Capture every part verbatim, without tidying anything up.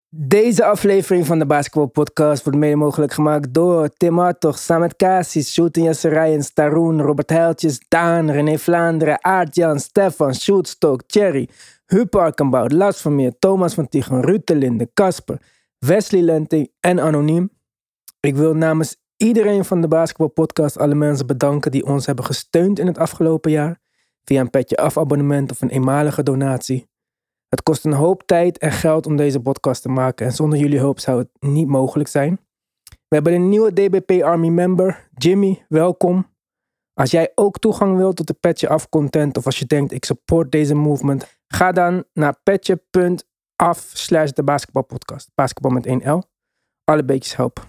Deze aflevering van de Basketball Podcast wordt mede mogelijk gemaakt door Tim Hartog, Samet Cassis, Sjoerd Jasserij, Staroen, Robert Heiltjes, Daan, René Vlaanderen, Aart-Jan, Stefan, Sjoerd Stok, Thierry, Huub Arkenbout, Lars van Meer, Thomas van Tiegen, Ruud de Linde, Kasper, Wesley Lenting en Anoniem. Ik wil namens iedereen van de Basketball Podcast alle mensen bedanken die ons hebben gesteund in het afgelopen jaar via een petje af abonnement of een eenmalige donatie. Het kost een hoop tijd en geld om deze podcast te maken en zonder jullie hulp zou het niet mogelijk zijn. We hebben een nieuwe D B P Army member, Jimmy, welkom. Als jij ook toegang wilt tot de Petje Af content of als je denkt ik support deze movement, ga dan naar petje.af slash de basketbalpodcast. Basketbal met één L. Alle beetjes helpen.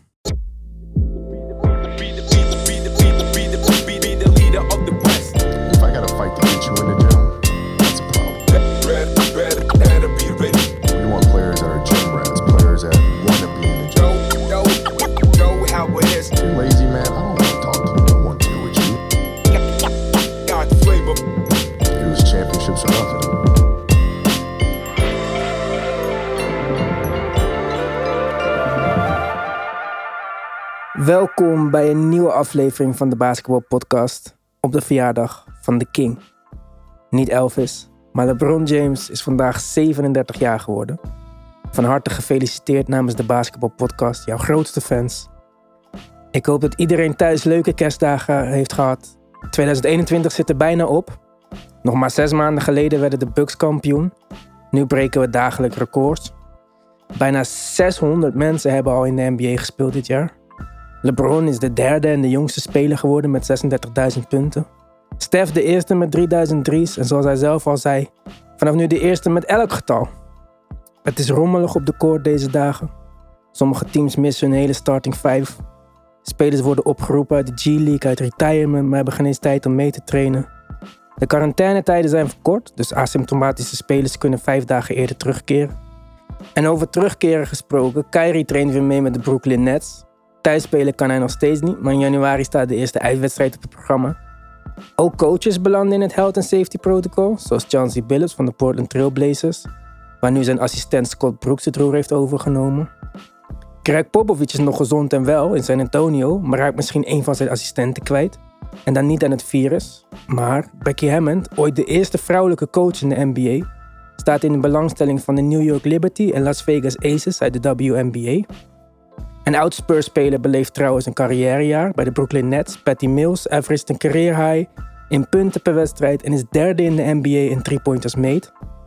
Welkom bij een nieuwe aflevering van de Basketball Podcast op de verjaardag van de King. Niet Elvis, maar LeBron James is vandaag zevenendertig jaar geworden. Van harte gefeliciteerd namens de Basketball Podcast, jouw grootste fans. Ik hoop dat iedereen thuis leuke kerstdagen heeft gehad. tweeduizend eenentwintig zit er bijna op. Nog maar zes maanden geleden werden de Bucks kampioen. Nu breken we dagelijks records. Bijna zeshonderd mensen hebben al in de N B A gespeeld dit jaar. LeBron is de derde en de jongste speler geworden met zesendertigduizend punten. Steph de eerste met drieduizend drie's en zoals hij zelf al zei, vanaf nu de eerste met elk getal. Het is rommelig op de court deze dagen. Sommige teams missen hun hele starting five. Spelers worden opgeroepen uit de G-League, uit retirement, maar hebben geen eens tijd om mee te trainen. De quarantainetijden zijn verkort, dus asymptomatische spelers kunnen vijf dagen eerder terugkeren. En over terugkeren gesproken, Kyrie traint weer mee met de Brooklyn Nets. Thuisspelen kan hij nog steeds niet, maar in januari staat de eerste uitwedstrijd op het programma. Ook coaches belanden in het Health and Safety Protocol, zoals Chauncey Billups van de Portland Trail Blazers, waar nu zijn assistent Scott Brooks het roer heeft overgenomen. Greg Popovich is nog gezond en wel in San Antonio, maar raakt misschien een van zijn assistenten kwijt. En dan niet aan het virus. Maar Becky Hammond, ooit de eerste vrouwelijke coach in de N B A, staat in de belangstelling van de New York Liberty en Las Vegas Aces uit de W N B A. Een oud-Spurs-speler beleeft trouwens een carrièrejaar bij de Brooklyn Nets. Patty Mills averaged een career high in punten per wedstrijd en is derde in de N B A in three-pointers made.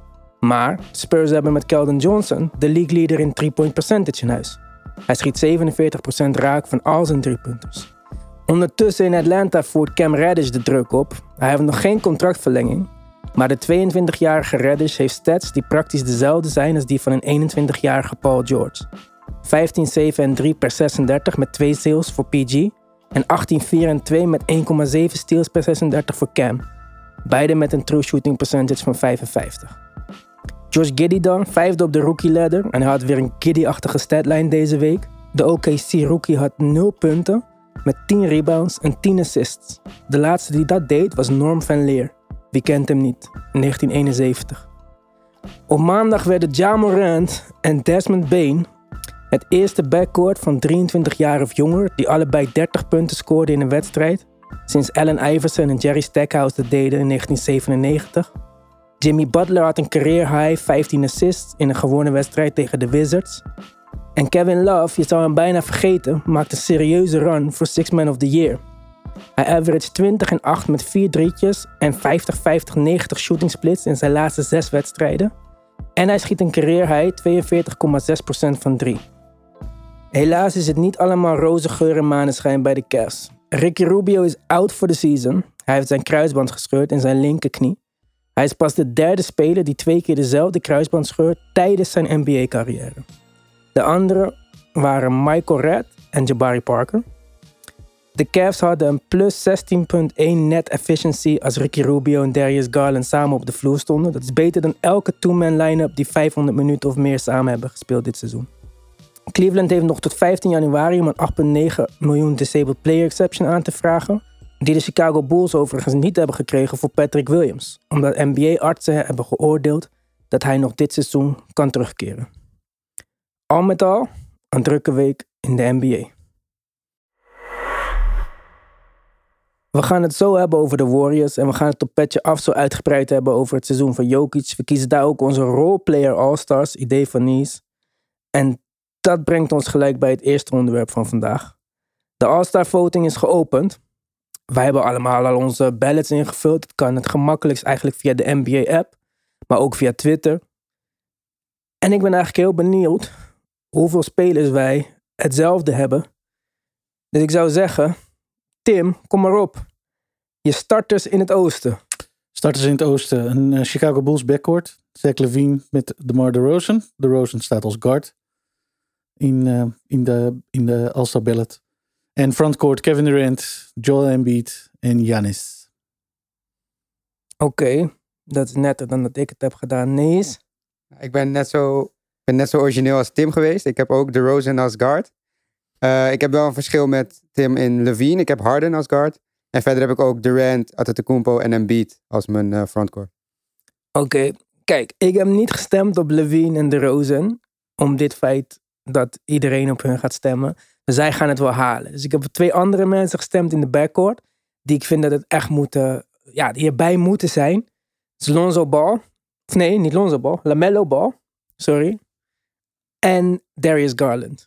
Maar Spurs hebben met Keldon Johnson de league leader in three-point percentage in huis. Hij schiet zevenenveertig procent raak van al zijn driepunters. Ondertussen in Atlanta voert Cam Reddish de druk op. Hij heeft nog geen contractverlenging. Maar de tweeëntwintigjarige Reddish heeft stats die praktisch dezelfde zijn als die van een eenentwintigjarige Paul George. vijftien zeven en drie per zesendertig met twee steals voor P G. En achttien vier en twee met één komma zeven steals per zesendertig voor Cam. Beide met een true shooting percentage van vijfenvijftig. Josh Giddey dan, vijfde op de rookie ladder. En hij had weer een Giddey-achtige statline deze week. De O K C rookie had nul punten met tien rebounds en tien assists. De laatste die dat deed was Norm Van Leer. Wie kent hem niet? In negentien eenenzeventig. Op maandag werden Ja Morant en Desmond Bane het eerste backcourt van drieëntwintig jaar of jonger die allebei dertig punten scoorden in een wedstrijd sinds Allen Iverson en Jerry Stackhouse dat deden in negentien zevenennegentig. Jimmy Butler had een career high vijftien assists in een gewone wedstrijd tegen de Wizards. En Kevin Love, je zou hem bijna vergeten, maakte een serieuze run voor Sixth Man of the Year. Hij averaged twintig en acht met vier drietjes en vijftig vijftig negentig shooting splits in zijn laatste zes wedstrijden. En hij schiet een career high tweeënveertig komma zes procent van drie. Helaas is het niet allemaal roze geur en maneschijn bij de Cavs. Ricky Rubio is out for the season. Hij heeft zijn kruisband gescheurd in zijn linkerknie. Hij is pas de derde speler die twee keer dezelfde kruisband scheurt tijdens zijn N B A-carrière. De anderen waren Michael Redd en Jabari Parker. De Cavs hadden een plus zestien komma één net efficiency als Ricky Rubio en Darius Garland samen op de vloer stonden. Dat is beter dan elke two-man line-up die vijfhonderd minuten of meer samen hebben gespeeld dit seizoen. Cleveland heeft nog tot vijftien januari om een acht komma negen miljoen disabled player exception aan te vragen, die de Chicago Bulls overigens niet hebben gekregen voor Patrick Williams, omdat N B A-artsen hebben geoordeeld dat hij nog dit seizoen kan terugkeren. Al met al een drukke week in de N B A. We gaan het zo hebben over de Warriors en we gaan het op Petje Af zo uitgebreid hebben over het seizoen van Jokic. We kiezen daar ook onze roleplayer All-Stars, idee van Nies. En dat brengt ons gelijk bij het eerste onderwerp van vandaag. De All-Star voting is geopend. Wij hebben allemaal al onze ballots ingevuld. Het kan het gemakkelijkst eigenlijk via de N B A-app, maar ook via Twitter. En ik ben eigenlijk heel benieuwd hoeveel spelers wij hetzelfde hebben. Dus ik zou zeggen, Tim, kom maar op. Je starters in het oosten. Starters in het oosten. Een uh, Chicago Bulls backcourt. Zach LaVine met DeMar DeRozan. DeRozan staat als guard in, uh, in de, in de All-Star ballot. En frontcourt Kevin Durant, Joel Embiid en Giannis. Oké, okay, dat is netter dan dat ik het heb gedaan. Nies? Ik ben net zo, ben net zo origineel als Tim geweest. Ik heb ook DeRozan als guard. Uh, ik heb wel een verschil met Tim in LaVine. Ik heb Harden als guard. En verder heb ik ook Durant, Antetokounmpo en Embiid als mijn uh, frontcourt. Oké, okay. Kijk, ik heb niet gestemd op LaVine en DeRozan. Om dit feit dat iedereen op hun gaat stemmen. Dus zij gaan het wel halen. Dus ik heb twee andere mensen gestemd in de backcourt. Die ik vind dat het echt moeten, ja, die erbij moeten zijn. Dat is Lonzo Ball. Of nee, niet Lonzo Ball. LaMelo Ball. Sorry. En Darius Garland.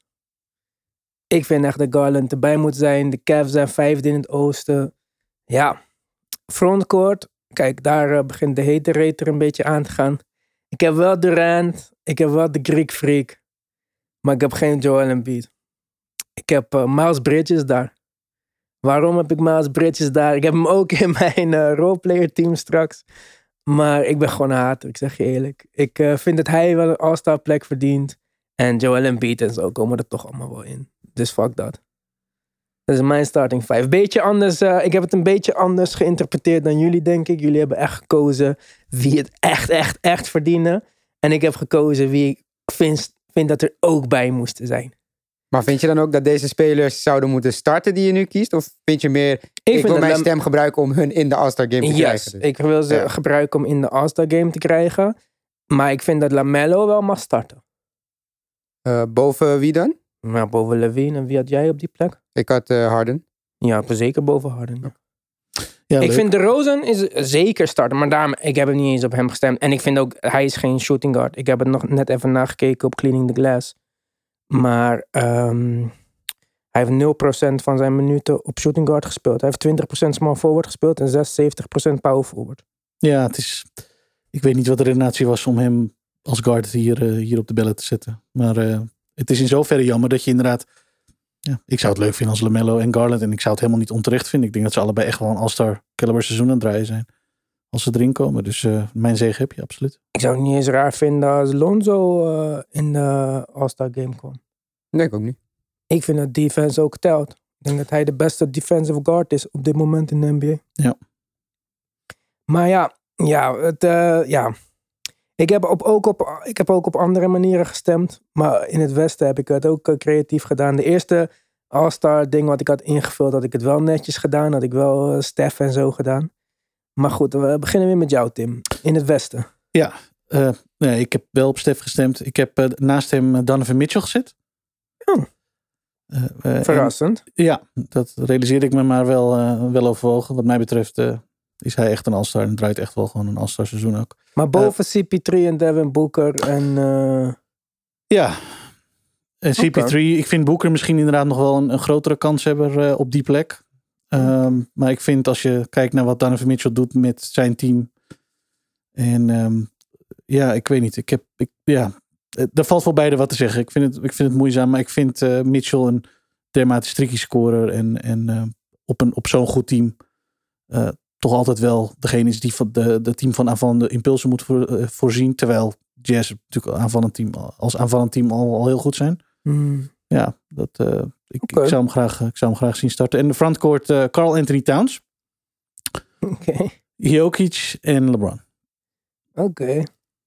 Ik vind echt dat Garland erbij moet zijn. De Cavs zijn vijfde in het oosten. Ja. Frontcourt. Kijk, daar uh, begint de hate rate er een beetje aan te gaan. Ik heb wel Durant. Ik heb wel de Greek Freak. Maar ik heb geen Joel Embiid. Ik heb uh, Miles Bridges daar. Waarom heb ik Miles Bridges daar? Ik heb hem ook in mijn uh, roleplayer team straks. Maar ik ben gewoon een hater, ik zeg je eerlijk. Ik uh, vind dat hij wel een all-star plek verdient. En Joel Embiid en zo komen er toch allemaal wel in. Dus fuck dat. Dat is mijn starting five. Beetje anders, uh, ik heb het een beetje anders geïnterpreteerd dan jullie, denk ik. Jullie hebben echt gekozen wie het echt, echt, echt verdienen. En ik heb gekozen wie ik vind, vind dat er ook bij moesten zijn. Maar vind je dan ook dat deze spelers zouden moeten starten die je nu kiest? Of vind je meer, ik, ik wil mijn la- stem gebruiken om hun in de All-Star Game te yes, krijgen? Dus. Ik wil ze ja. gebruiken om in de All-Star Game te krijgen. Maar ik vind dat LaMelo wel mag starten. Uh, boven wie dan? Nou, boven LaVine. En wie had jij op die plek? Ik had uh, Harden. Ja, zeker boven Harden. Ja. Ja, ik leuk. vind DeRozan is zeker starten. Maar daarom, ik heb er niet eens op hem gestemd. En ik vind ook, hij is geen shooting guard. Ik heb het nog net even nagekeken op Cleaning the Glass. Maar um, hij heeft nul procent van zijn minuten op shooting guard gespeeld. Hij heeft twintig procent small forward gespeeld en zesenzeventig procent power forward. Ja, het is... Ik weet niet wat de redenatie was om hem als guard hier, uh, hier op de bellen te zetten. Maar uh, het is in zoverre jammer dat je inderdaad... Ja, ik zou het leuk vinden als LaMelo en Garland. En ik zou het helemaal niet onterecht vinden. Ik denk dat ze allebei echt wel een all-star caliber seizoen aan het draaien zijn. Als ze erin komen. Dus uh, mijn zege heb je, absoluut. Ik zou het niet eens raar vinden als Lonzo uh, in de All-Star Game komt. Nee, ik ook niet. Ik vind dat defense ook telt. Ik denk dat hij de beste defensive guard is op dit moment in de N B A. Ja. Maar ja, ja, het, uh, ja. Ik heb, op, ook op, ik heb ook op andere manieren gestemd. Maar in het Westen heb ik het ook uh, creatief gedaan. De eerste All-Star ding wat ik had ingevuld, had ik het wel netjes gedaan. Had ik wel uh, Steph en zo gedaan. Maar goed, we beginnen weer met jou, Tim. In het Westen. Ja, uh, nee, ik heb wel op Steph gestemd. Ik heb uh, naast hem Donovan Mitchell gezet. Oh. Uh, uh, Verrassend. En, ja, dat realiseerde ik me maar wel, uh, wel overwogen. Wat mij betreft uh, is hij echt een all-star. En draait echt wel gewoon een all-star seizoen ook. Maar boven uh, C P drie en Devin Booker en... Uh... Ja, en C P drie. Okay. Ik vind Booker misschien inderdaad nog wel een, een grotere kanshebber uh, op die plek. Um, maar ik vind als je kijkt naar wat Donovan Mitchell doet met zijn team. En um, ja, ik weet niet. Ik heb, ik, ja, er valt voor beide wat te zeggen. Ik vind het, ik vind het moeizaam. Maar ik vind uh, Mitchell een dermate streaky scorer. En, en uh, op, een, op zo'n goed team uh, toch altijd wel degene is die van de, de team van aanvallende impulsen moet voor, uh, voorzien. Terwijl Jazz natuurlijk aanvallend team, als aanvallend team al, al heel goed zijn. Mm. Ja, dat, uh, ik, okay. ik, zou hem graag, ik zou hem graag zien starten. En de frontcourt uh, Karl Anthony Towns. Oké. Okay. Jokic en LeBron. Oké. Okay.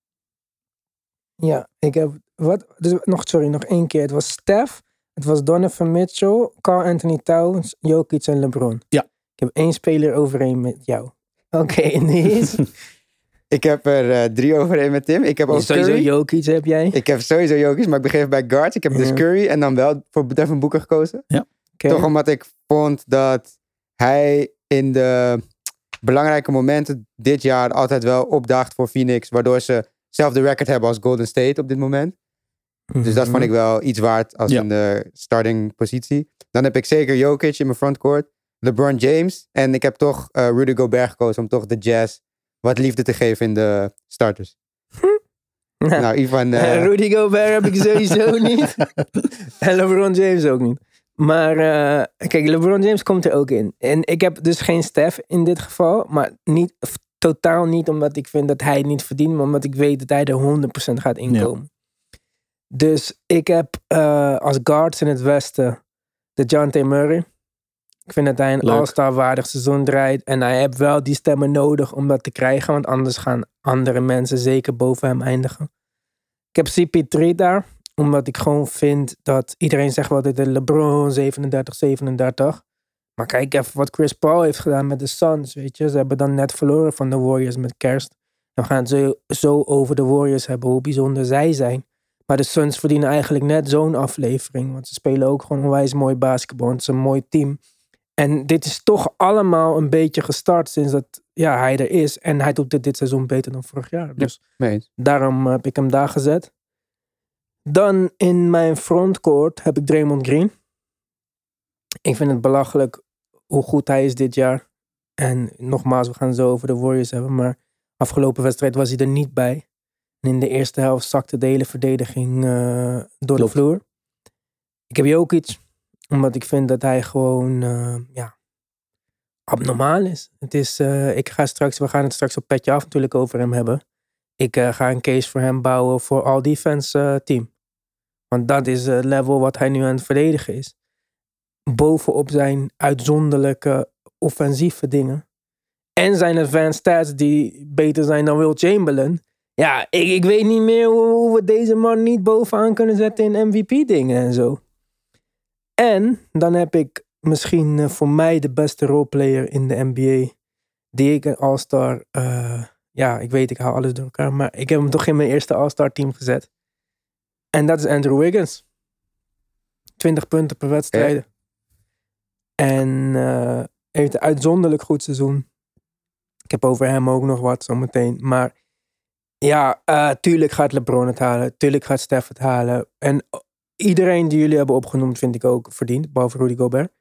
Ja, ik heb... Wat? Dus nog, sorry, nog één keer. Het was Steph, het was Donovan Mitchell, Karl Anthony Towns, Jokic en LeBron. Ja. Ik heb één speler overeen met jou. Oké, okay, Nies. Ik heb er uh, drie overheen met Tim. Ik heb ook sowieso Curry. Jokic heb jij. Ik heb sowieso Jokic, maar ik begin even bij guards. Ik heb dus Ja. Curry en dan wel voor Devin Booker gekozen. Ja. Okay. Toch omdat ik vond dat hij in de belangrijke momenten dit jaar altijd wel opdaagt voor Phoenix. Waardoor ze zelf de record hebben als Golden State op dit moment. Mm-hmm. Dus dat vond ik wel iets waard als Ja. in de starting positie. Dan heb ik zeker Jokic in mijn frontcourt. LeBron James. En ik heb toch uh, Rudy Gobert gekozen om toch de Jazz wat liefde te geven in de starters. Ja. Nou, Ivan... Uh... Rudy Gobert heb ik sowieso niet. En LeBron James ook niet. Maar uh, kijk, LeBron James komt er ook in. En ik heb dus geen Steph in dit geval. Maar niet, totaal niet omdat ik vind dat hij het niet verdient. Maar omdat ik weet dat hij er honderd procent gaat inkomen. Ja. Dus ik heb uh, als guards in het westen de Dejounte Murray. Ik vind dat hij een all-star waardig seizoen draait. En hij heeft wel die stemmen nodig om dat te krijgen. Want anders gaan andere mensen zeker boven hem eindigen. Ik heb C P drie daar. Omdat ik gewoon vind dat iedereen zegt wel dat de LeBron zevenendertig zevenendertig. Maar kijk even wat Chris Paul heeft gedaan met de Suns. Weet je? Ze hebben dan net verloren van de Warriors met kerst. En we gaan het zo, zo over de Warriors hebben. Hoe bijzonder zij zijn. Maar de Suns verdienen eigenlijk net zo'n aflevering. Want ze spelen ook gewoon onwijs mooi basketbal. Het is een mooi team. En dit is toch allemaal een beetje gestart sinds dat ja, hij er is. En hij doet dit, dit seizoen beter dan vorig jaar. Dus ja, daarom heb ik hem daar gezet. Dan in mijn frontcourt heb ik Draymond Green. Ik vind het belachelijk hoe goed hij is dit jaar. En nogmaals, we gaan het zo over de Warriors hebben. Maar afgelopen wedstrijd was hij er niet bij. En in de eerste helft zakte de hele verdediging uh, door Klopt. de vloer. Ik heb Jokic. Omdat ik vind dat hij gewoon uh, ja, abnormaal is. Het is uh, ik ga straks, we gaan het straks op Petje Af natuurlijk over hem hebben. Ik uh, ga een case voor hem bouwen voor all-defense uh, team. Want dat is het level wat hij nu aan het verdedigen is. Bovenop zijn uitzonderlijke offensieve dingen. En zijn advanced stats die beter zijn dan Will Chamberlain. Ja, ik, ik weet niet meer hoe, hoe we deze man niet bovenaan kunnen zetten in M V P dingen en zo. En dan heb ik misschien uh, voor mij de beste roleplayer in de N B A. Die ik een all-star... Uh, ja, ik weet, ik hou alles door elkaar. Maar ik heb hem toch in mijn eerste all-star team gezet. En dat is Andrew Wiggins. twintig punten per wedstrijd. Ja. En uh, heeft een uitzonderlijk goed seizoen. Ik heb over hem ook nog wat zometeen. Maar ja, uh, tuurlijk gaat LeBron het halen. Tuurlijk gaat Steph het halen. En iedereen die jullie hebben opgenoemd vind ik ook verdiend. Behalve Rudy Gobert.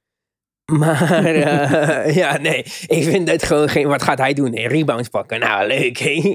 Maar uh, ja, nee. Ik vind dat gewoon geen... Wat gaat hij doen? Nee, rebounds pakken. Nou, leuk, hé.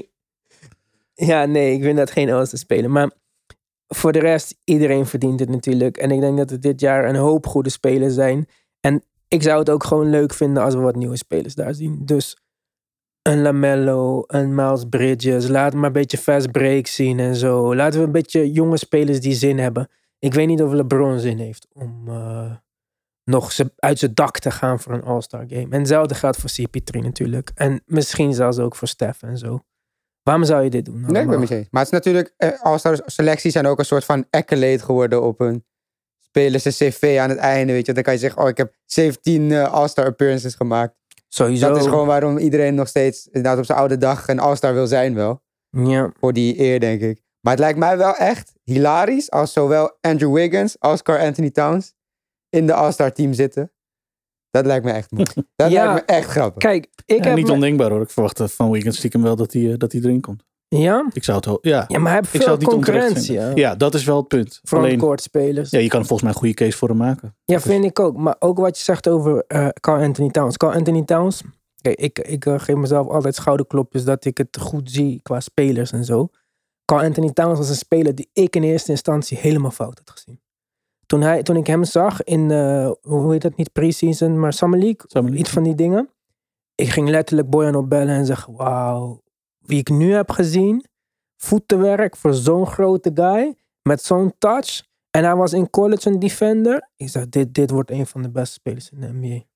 Ja, nee. Ik vind dat geen alles te spelen. Maar voor de rest, iedereen verdient het natuurlijk. En ik denk dat er dit jaar een hoop goede spelers zijn. En ik zou het ook gewoon leuk vinden als we wat nieuwe spelers daar zien. Dus een LaMelo, een Miles Bridges. Laat maar een beetje fast break zien en zo. Laten we een beetje jonge spelers die zin hebben. Ik weet niet of LeBron zin heeft om uh, nog uit zijn dak te gaan voor een All-Star game. En hetzelfde geldt voor C P drie natuurlijk. En misschien zelfs ook voor Steph en zo. Waarom zou je dit doen? Allemaal? Nee, ik ben met je eens. Maar het is natuurlijk, uh, All-Star selecties zijn ook een soort van accolade geworden op een spelers cv aan het einde, weet je. Dan kan je zeggen, oh, ik heb zeventien uh, All-Star appearances gemaakt. Sowieso. Dat is gewoon waarom iedereen nog steeds inderdaad op zijn oude dag een All-Star wil zijn wel. Ja. Voor die eer, denk ik. Maar het lijkt mij wel echt hilarisch als zowel Andrew Wiggins als Karl Anthony Towns in de All-Star team zitten. Dat lijkt me echt mooi. Dat ja, lijkt me echt grappig. Kijk, ik ja, heb niet me... ondenkbaar hoor. Ik verwacht van Wiggins stiekem wel dat hij, uh, dat hij erin komt. Ja? Ik zou het ho- ja. ja, maar hij heeft veel concurrentie. Ja. ja, dat is wel het punt. Frontcourt spelers. Ja, je kan volgens mij een goede case voor hem maken. Ja, vind ik ook. Maar ook wat je zegt over uh, Karl Anthony Towns. Karl Anthony Towns... Kijk, ik, ik uh, geef mezelf altijd schouderklopjes dat ik het goed zie qua spelers en zo. Karl Anthony Towns was een speler die ik in eerste instantie helemaal fout had gezien. Toen, hij, toen ik hem zag in, uh, hoe heet dat, niet pre-season, maar Summer League, Summer League, iets van die dingen. Ik ging letterlijk Bojan opbellen en zeggen, wauw, wie ik nu heb gezien, voetenwerk voor zo'n grote guy, met zo'n touch. En hij was in college een defender. Ik zei, dit, dit wordt een van de beste spelers in de N B A.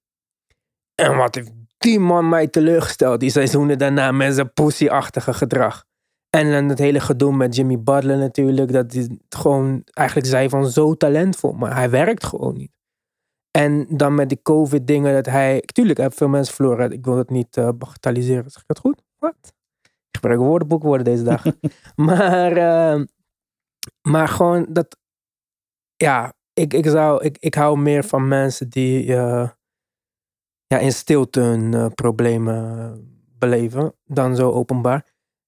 En wat heeft die man mij teleurgesteld die seizoenen daarna met zijn pussy-achtige gedrag. En dan het hele gedoe met Jimmy Butler natuurlijk. Dat hij gewoon eigenlijk zei van zo talentvol. Maar hij werkt gewoon niet. En dan met die COVID dingen dat hij... Tuurlijk, hij heeft veel mensen verloren. Ik wil dat niet uh, bagatelliseren. Zeg ik dat goed? Wat? gebruik woordenboek worden deze dag. maar, uh, maar gewoon dat... Ja, ik, ik, zou, ik, ik hou meer van mensen die uh, ja, in stilte hun uh, problemen beleven dan zo openbaar.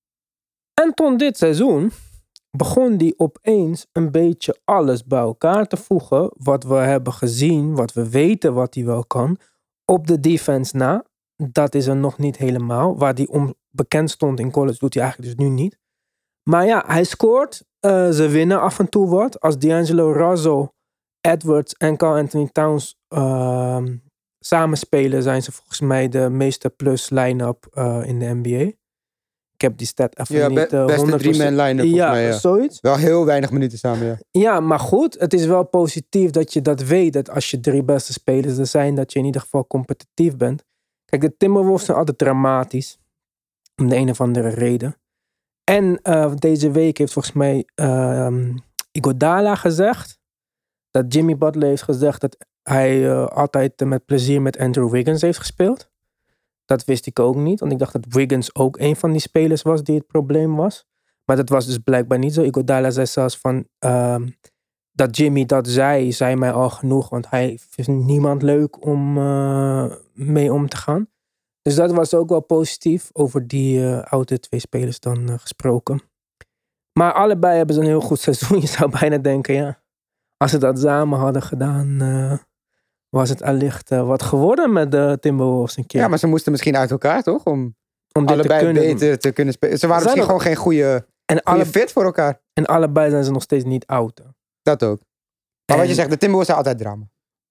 En toen dit seizoen begon die opeens een beetje alles bij elkaar te voegen. Wat we hebben gezien, wat we weten wat hij wel kan. Op de defense na. Dat is er nog niet helemaal. Waar hij onbekend stond in college doet hij eigenlijk dus nu niet. Maar ja, hij scoort. Uh, ze winnen af en toe wat. Als D'Angelo Russell, Edwards en Karl Anthony Towns uh, samenspelen, zijn ze volgens mij de meeste plus line-up uh, in de N B A. Ik heb die stat even ja, niet... Uh, be- beste drie-man line-up ja, mij, ja, zoiets. Wel heel weinig minuten samen, ja. Ja, maar goed. Het is wel positief dat je dat weet. Dat als je drie beste spelers er zijn, dat je in ieder geval competitief bent. Kijk, de Timberwolves zijn altijd dramatisch. Om de een of andere reden. En uh, deze week heeft volgens mij uh, Iguodala gezegd. Dat Jimmy Butler heeft gezegd dat hij uh, altijd uh, met plezier met Andrew Wiggins heeft gespeeld. Dat wist ik ook niet. Want ik dacht dat Wiggins ook een van die spelers was die het probleem was. Maar dat was dus blijkbaar niet zo. Iguodala zei zelfs van... Uh, dat Jimmy dat zei, zei mij al genoeg. Want hij vindt niemand leuk om uh, mee om te gaan. Dus dat was ook wel positief. Over die uh, oude twee spelers dan uh, gesproken. Maar allebei hebben ze een heel goed seizoen. Je zou bijna denken, ja. Als ze dat samen hadden gedaan... Uh, was het allicht uh, wat geworden met de Timberwolves een keer. Ja, maar ze moesten misschien uit elkaar, toch? Om, Om allebei te kunnen beter te kunnen spelen. Ze waren misschien nog... gewoon geen goede, en goede alle... fit voor elkaar. En allebei zijn ze nog steeds niet oud. Dat ook. Maar en... wat je zegt, de Timberwolves zijn altijd drama.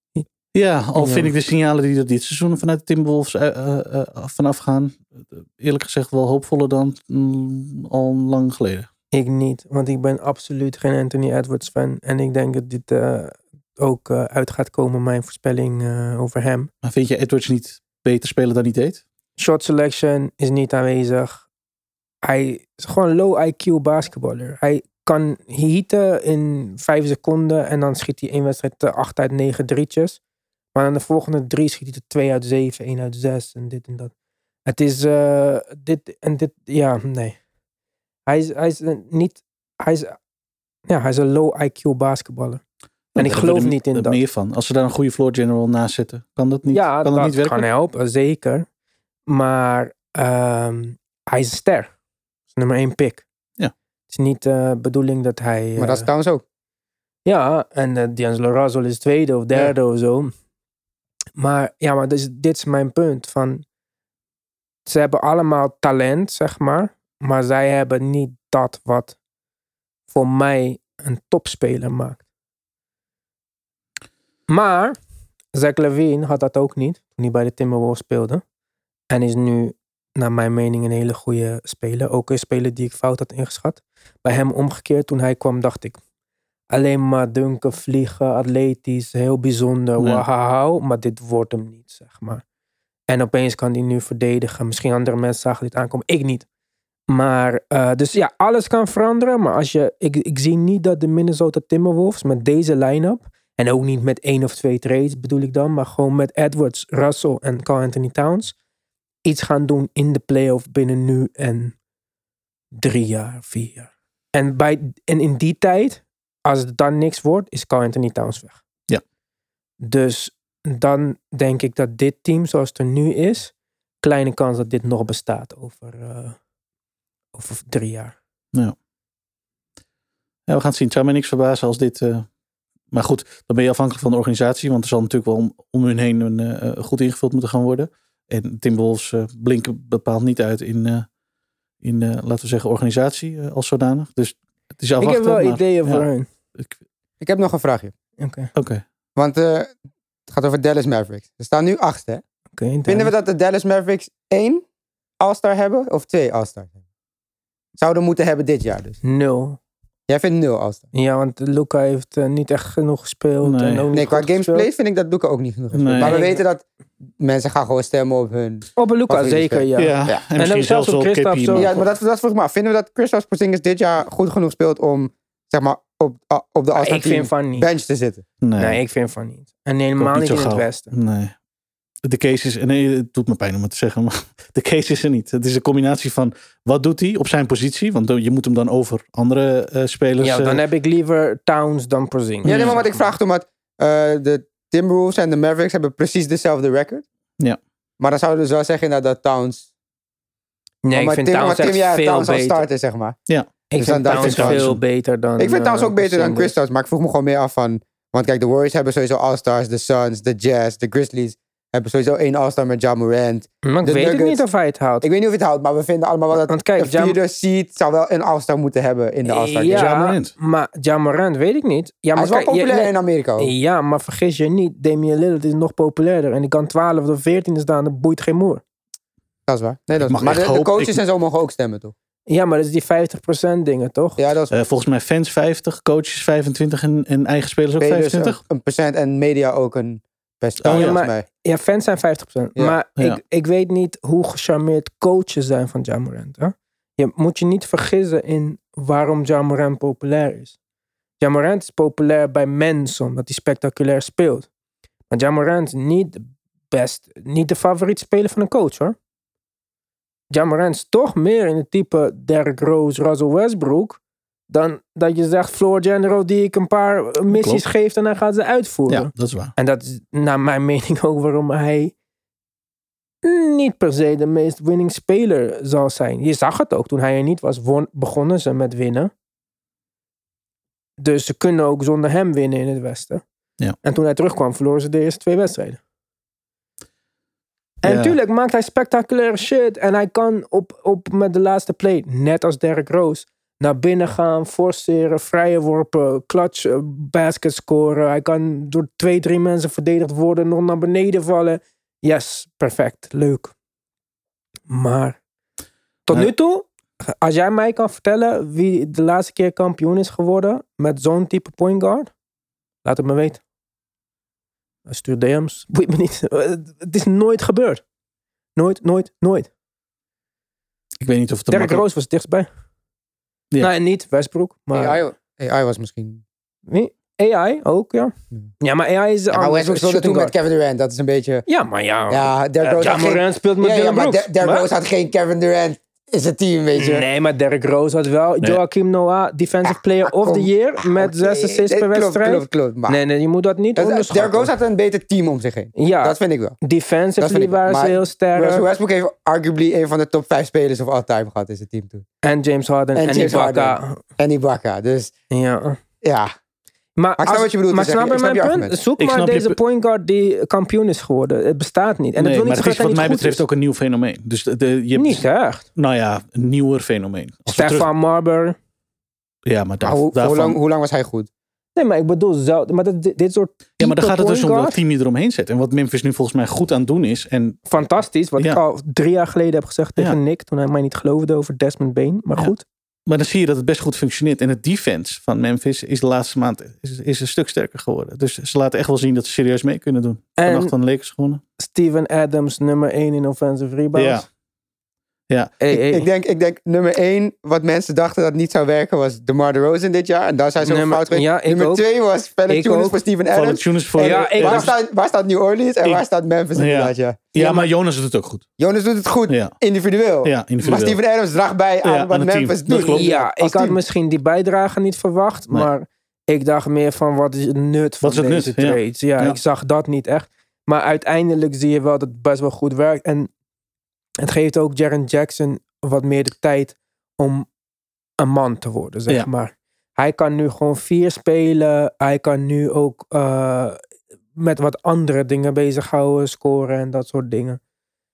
Ja, al vind ik de signalen die er dit seizoen vanuit de Timberwolves uh, uh, uh, vanaf gaan, eerlijk gezegd wel hoopvoller dan mm, al lang geleden. Ik niet, want ik ben absoluut geen Anthony Edwards fan. En ik denk dat dit uh, ook uh, uit gaat komen, mijn voorspelling uh, over hem. Maar vind je Edwards niet beter spelen dan hij deed? Shot selection is niet aanwezig. Hij is gewoon low I Q basketballer. Hij kan heaten in vijf seconden en dan schiet hij één wedstrijd acht uit negen drietjes. Maar aan de volgende drie schiet hij er twee uit zeven, één uit zes en dit en dat. Het is uh, dit en dit, ja, nee. Hij is, hij is niet, hij is, ja, hij is een low I Q basketballer. En ik geloof niet in dat. Meer van. Als ze daar een goede floor general naast zetten, kan dat niet, ja, kan dat, dat niet werken? kan helpen, zeker. Maar um, hij is een ster. Hij is nummer één pick. Ja. Het is niet de uh, bedoeling dat hij... Uh, maar dat is trouwens ook. Ja, en uh, D'Angelo Russell is tweede of derde ja. of zo. Maar ja, maar dus, dit is mijn punt. Van, ze hebben allemaal talent, zeg maar. Maar zij hebben niet dat wat voor mij een topspeler maakt. Maar Zach LaVine had dat ook niet. Toen hij bij de Timberwolves speelde. En is nu, naar mijn mening, een hele goede speler. Ook een speler die ik fout had ingeschat. Bij hem omgekeerd, toen hij kwam, dacht ik... Alleen maar dunken, vliegen, atletisch, heel bijzonder. Nee. Wauw, maar dit wordt hem niet, zeg maar. En opeens kan hij nu verdedigen. Misschien andere mensen zagen dit aankomen. Ik niet. Maar, uh, dus ja, alles kan veranderen. Maar als je, ik, ik zie niet dat de Minnesota Timberwolves met deze line-up... en ook niet met één of twee trades bedoel ik dan... maar gewoon met Edwards, Russell en Karl Anthony Towns... iets gaan doen in de playoff binnen nu en drie jaar, vier jaar. En, bij, en in die tijd, als het dan niks wordt, is Karl Anthony Towns weg. Ja. Dus dan denk ik dat dit team zoals het er nu is... kleine kans dat dit nog bestaat over... Uh, Over drie jaar. Ja. ja, we gaan het zien. Het zou mij niks verbazen als dit... Uh... Maar goed, dan ben je afhankelijk van de organisatie. Want er zal natuurlijk wel om, om hun heen een, uh, goed ingevuld moeten gaan worden. En Timberwolves uh, blinken bepaald niet uit in, uh, in uh, laten we zeggen, organisatie uh, als zodanig. Dus het is afwachten. Ik heb wel maar, ideeën ja, voor hun. Ik, ik heb nog een vraagje. Oké. Okay. Okay. Want uh, het gaat over Dallas Mavericks. Ze staan nu achtste, hè? Okay, Vinden we dat de Dallas Mavericks één All-Star hebben of twee All-Stars hebben? Zouden moeten hebben dit jaar dus. Nul. Jij vindt nul All-Star? Ja, want Luka heeft uh, niet echt genoeg gespeeld. Nee, en ook niet nee qua games gespeeld. played vind ik dat Luka ook niet genoeg gespeeld. Nee. Maar we weten dat mensen gaan gewoon stemmen op hun... Op Luka, zeker, ja. Ja, ja. en, en misschien zelfs op Kristaps. Ja, maar dat, dat vroeg ik me af. Vinden we dat Kristaps Porzingis dit jaar goed genoeg speelt om, zeg maar, op, op de All-Star ik vind van niet. bench te zitten? Nee. nee, ik vind van niet. En helemaal niet, niet in gauw. het westen. Nee. de case is... Nee, het doet me pijn om het te zeggen. Maar de case is er niet. Het is een combinatie van... Wat doet hij op zijn positie? Want je moet hem dan over andere uh, spelers... Ja, dan uh, heb ik liever Towns dan Porzingis. Ja, nee, maar wat ik vraag toen... Uh, de Timberwolves en de Mavericks hebben precies dezelfde record. Ja. Maar dan zouden we dus wel zeggen dat, dat Towns... Nee, maar ik vind Tim, Towns Tim, echt ja, veel Towns beter. als starter, zeg maar. Ja. Ik dus vind dan, Towns vind veel Towns, beter dan... Ik vind Towns uh, ook beter dan Porzingis. Kristaps. Maar ik vroeg me gewoon meer af van... Want kijk, de Warriors hebben sowieso All-Stars. De Suns, de Jazz, de Grizzlies... hebben sowieso één All-Star met Ja Morant. Maar ik de weet Nuggets. het niet of hij het houdt. Ik weet niet of hij het houdt, maar we vinden allemaal wel dat Want kijk, een vierde seed zou wel een All-Star moeten hebben in de All-Star game. Ja, Ja Morant. maar Ja Morant weet ik niet. Ja, Hij maar is wel kijk, populair je- in Amerika ook. Ja, maar vergis je niet. Damian Lillard is nog populairder. En die kan twaalf of veertien staan. Dat boeit geen moer. Dat is waar. Nee, dat is mag waar. Maar echt de, de hopen- coaches ik- en zo mogen ook stemmen, toch? Ja, maar dat is die vijftig procent dingen, toch? Ja, dat is Uh, volgens mij fans vijftig, coaches vijfentwintig en, en eigen spelers ook spelers vijfentwintig. een, een procent en media ook een percentage, Oh, ja, volgens maar- mij. Ja, fans zijn vijftig procent. Ja. Maar Ja. Ik, ik weet niet hoe gecharmeerd coaches zijn van Ja Morant. Hè? Je moet je niet vergissen in waarom Ja Morant populair is. Ja Morant is populair bij mensen omdat hij spectaculair speelt. Maar Ja Morant is niet de best, niet de favoriet speler van een coach, hoor. Ja Morant is toch meer in het type Derrick Rose, Russell Westbrook dan dat je zegt Floor General die ik een paar missies Klopt. geeft en hij gaat ze uitvoeren. Ja, dat is waar. En dat is naar mijn mening ook waarom hij niet per se de meest winning speler zal zijn. Je zag het ook, toen hij er niet was, won, begonnen ze met winnen. Dus ze kunnen ook zonder hem winnen in het Westen. Ja. En toen hij terugkwam, verloren ze de eerste twee wedstrijden. En Ja. natuurlijk maakt hij spectaculaire shit. En hij kan op, op met de laatste play, net als Derrick Rose, naar binnen gaan, forceren, vrije worpen, clutch, uh, basket scoren. Hij kan door twee, drie mensen verdedigd worden, nog naar beneden vallen. Yes, perfect, leuk. Maar tot Ja. nu toe, als jij mij kan vertellen wie de laatste keer kampioen is geworden met zo'n type point guard, laat het me weten. Stuur D M's, boeit me niet. Het is nooit gebeurd. Nooit, nooit, nooit. Ik weet niet of het een Derrick makkelijk- Rose was het dichtstbij. Ja. Nee, niet Westbrook, maar A I, A I was misschien... wie? A I ook, ja. Ja, maar A I is... Ja, maar anders. Westbrook speelde toen Shooting met guard. Kevin Durant. Dat is een beetje... Ja, maar ja. Ja, Derrick Eh, Rose Ja, had geen... Morant speelt met Ja, ja, Dylan maar Brooks. Der- Derrick Maar- Rose had geen Kevin Durant in zijn team, weet je. Nee, maar Derrick Rose had wel Nee. Joakim Noah Defensive Player Ah, of the kom. Year met Oké, zes assists nee, per klopt, wedstrijd. Klopt, klopt. Maar Nee, nee, je moet dat niet dat- onderschatten. Derrick Rose had een beter team om zich heen. Ja, Dat vind ik wel. Dat defensively vind ik wel. waren ze Maar heel sterk. Russell Westbrook heeft arguably een van de top vijf spelers of all time gehad in zijn team toen. En James Harden En en, James Ibaka. Harden. En Ibaka. Dus Ja. ja. Maar, ik snap als- wat je bedoelt Maar te snap je zeggen. Ik mijn snap je punt? argument. Zoek Ik maar snap je deze pu- point guard die kampioen is geworden. Het bestaat niet. En Nee, dat wil maar niet het zeggen is dat wat hij mij niet goed betreft ook een nieuw fenomeen. Dus de, de, je hebt, Niet echt. Nou ja, een nieuwer fenomeen. Als we terug- Stefan Marbury. Ja, maar, daar, Maar hoe, daarvan... hoe, lang, hoe lang was hij goed? Nee, maar ik bedoel zelf. Maar dat, dit, dit soort. Ja, maar dan type gaat het dus om point welk guard, team je eromheen zet. En wat Memphis nu volgens mij goed aan het doen is. En Fantastisch. Wat Ja. ik al drie jaar geleden heb gezegd tegen Ja. Nick. Toen hij mij niet geloofde over Desmond Bane. Maar Ja. goed. Maar dan zie je dat het best goed functioneert. En het defense van Memphis is de laatste maand is, is een stuk sterker geworden. Dus ze laten echt wel zien dat ze serieus mee kunnen doen. En Vannacht van de Lakers gewonnen. Steven Adams, nummer één in offensive rebounds. Ja. Ja. Hey, hey. Ik, denk, ik denk nummer één, wat mensen dachten dat niet zou werken, was DeMar DeRozan dit jaar. En daar zijn ze over Nummer- fout geweest. ja, ik nummer ook. twee was Ik Valanciunas ook. voor Steven Adams. Valanciunas voor... En Ja, ik waar, was- staat, waar staat New Orleans en Ik- waar staat Memphis Ja. inderdaad, ja. Ja, maar Jonas doet het ook goed. Jonas doet het goed, Ja. individueel. Ja, individueel. Maar Steven Adams draagt bij aan Ja, wat aan het team. Memphis Dat doet. klopt. Ja, als ik had team. misschien die bijdrage niet verwacht. Nee. Maar ik dacht meer van wat is het nut van Wat is het deze nut? Ja. trades. Ja. Ja. ik zag dat niet echt. Maar uiteindelijk zie je wel dat het best wel goed werkt. En het geeft ook Jaren Jackson wat meer de tijd om een man te worden, zeg Ja. maar. Hij kan nu gewoon vier spelen. Hij kan nu ook uh, met wat andere dingen bezighouden, scoren en dat soort dingen.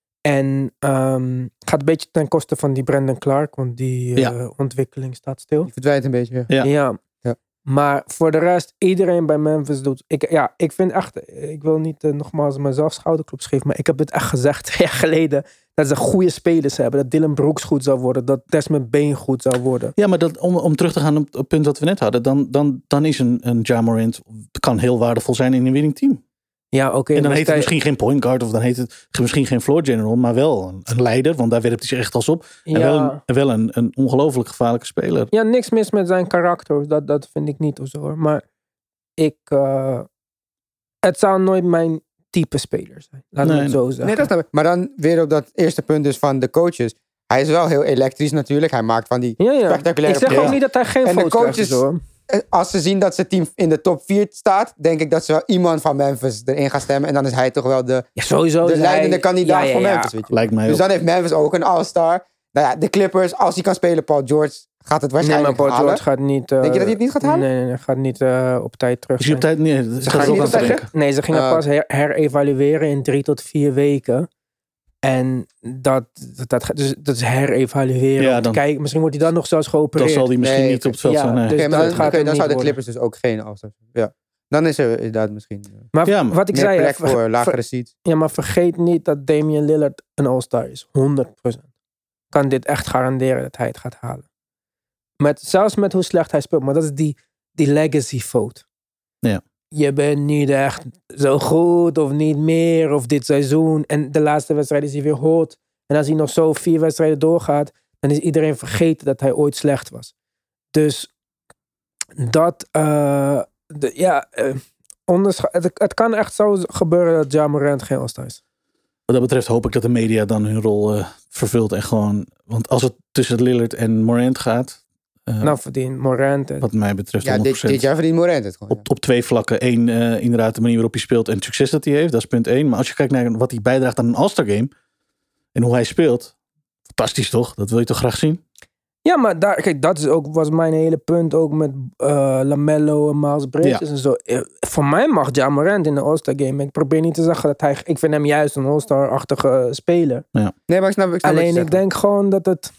En um, het gaat een beetje ten koste van die Brandon Clark, want die uh, Ja. ontwikkeling staat stil. Die verdwijnt een beetje. Ja. Ja. Ja. Maar voor de rest, iedereen bij Memphis doet... Ik, ja, ik vind echt... Ik wil niet uh, nogmaals mezelf schouderklop geven, maar ik heb het echt gezegd twee jaar geleden dat ze goede spelers hebben. Dat Dylan Brooks goed zou worden. Dat Desmond Bane goed zou worden. Ja, maar dat, om, om terug te gaan op het punt dat we net hadden. Dan, dan, dan is een, een Ja Morant kan heel waardevol zijn in een winning team. Ja, oké. Okay, en dan heet het stij- misschien geen point guard. Of dan heet het misschien geen floor general. Maar wel een, een leider. Want daar werpt hij zich echt als op. En Ja. wel, een, en wel een, een ongelooflijk gevaarlijke speler. Ja, niks mis met zijn karakter. Dat, dat vind ik niet of zo hoor. Maar ik... Uh, het zou nooit mijn type speler zijn. Laten Nee, we het zo zeggen. Nee, dat snap ik. Maar dan weer op dat eerste punt dus van de coaches. Hij is wel heel elektrisch natuurlijk. Hij maakt van die Ja, ja. spectaculaire Ik zeg plays. ook niet dat hij geen En de foto's krijgt. coaches- Hoor. Als ze zien dat zijn team in de top vier staat, denk ik dat ze wel iemand van Memphis erin gaan stemmen. En dan is hij toch wel de, Ja, sowieso. de is leidende hij- kandidaat ja, ja, voor ja. Memphis. Weet je. Lijkt mij Dus ook. dan heeft Memphis ook een all-star. Nou ja, de Clippers, als hij kan spelen, Paul George gaat het Nee, maar waarschijnlijk Paul halen. George gaat niet... uh, Denk je dat hij het niet gaat halen? Nee, nee, nee, gaat niet uh, op tijd terug Is hij op zijn. tijd? Nee, dat Ze is gaan ook niet aan op te tijd denken. Nee, ze gingen Uh, pas her- herevalueren in drie tot vier weken. En dat, dat, dat, dus, dat is herevalueren. Ja, om te dan- kijken, misschien wordt hij dan nog zelfs geopereerd. Dan zal hij misschien Nee, niet op het veld ja, staan. Nee. dus- Oké, maar dat dan, gaat oké, hem dan niet zouden de worden. Clippers dus ook geen all-star zijn. Ja. Dan is er inderdaad misschien uh, Maar Ja, maar wat ik meer zei... plek ver- voor ver- lagere seats. Ja, maar vergeet niet dat Damian Lillard een all-star is. honderd procent. Kan dit echt garanderen dat hij het gaat halen. Met, zelfs met hoe slecht hij speelt. Maar dat is die, die legacy vote. Ja. Je bent niet echt zo goed of niet meer of dit seizoen. En de laatste wedstrijd is hij weer hot. En als hij nog zo vier wedstrijden doorgaat, dan is iedereen vergeten dat hij ooit slecht was. Dus dat, uh, de, ja, uh, onderscha- het, het kan echt zo gebeuren dat Ja Morant geen all-star is. Wat dat betreft hoop ik dat de media dan hun rol uh, vervult. En gewoon, want als het tussen Lillard en Morant gaat. Uh, Nou, verdient Morant. En, wat mij betreft Ja, honderd dit, procent. dit jaar verdient Morant het gewoon. Op, op twee vlakken. Eén, uh, inderdaad, de manier waarop hij speelt en het succes dat hij heeft. Dat is punt één. Maar als je kijkt naar wat hij bijdraagt aan een All-Star game. En hoe hij speelt. Fantastisch toch? Dat wil je toch graag zien? Ja, maar daar, kijk, dat is ook, was mijn hele punt ook met uh, LaMelo en Miles Bridges Ja. en zo. Uh, voor mij mag Ja Morant in de All-Star game. Ik probeer niet te zeggen dat hij... Ik vind hem juist een All-Star-achtige speler. Nee, maar ik snap, ik snap Alleen wat je ik zegt. denk gewoon dat het...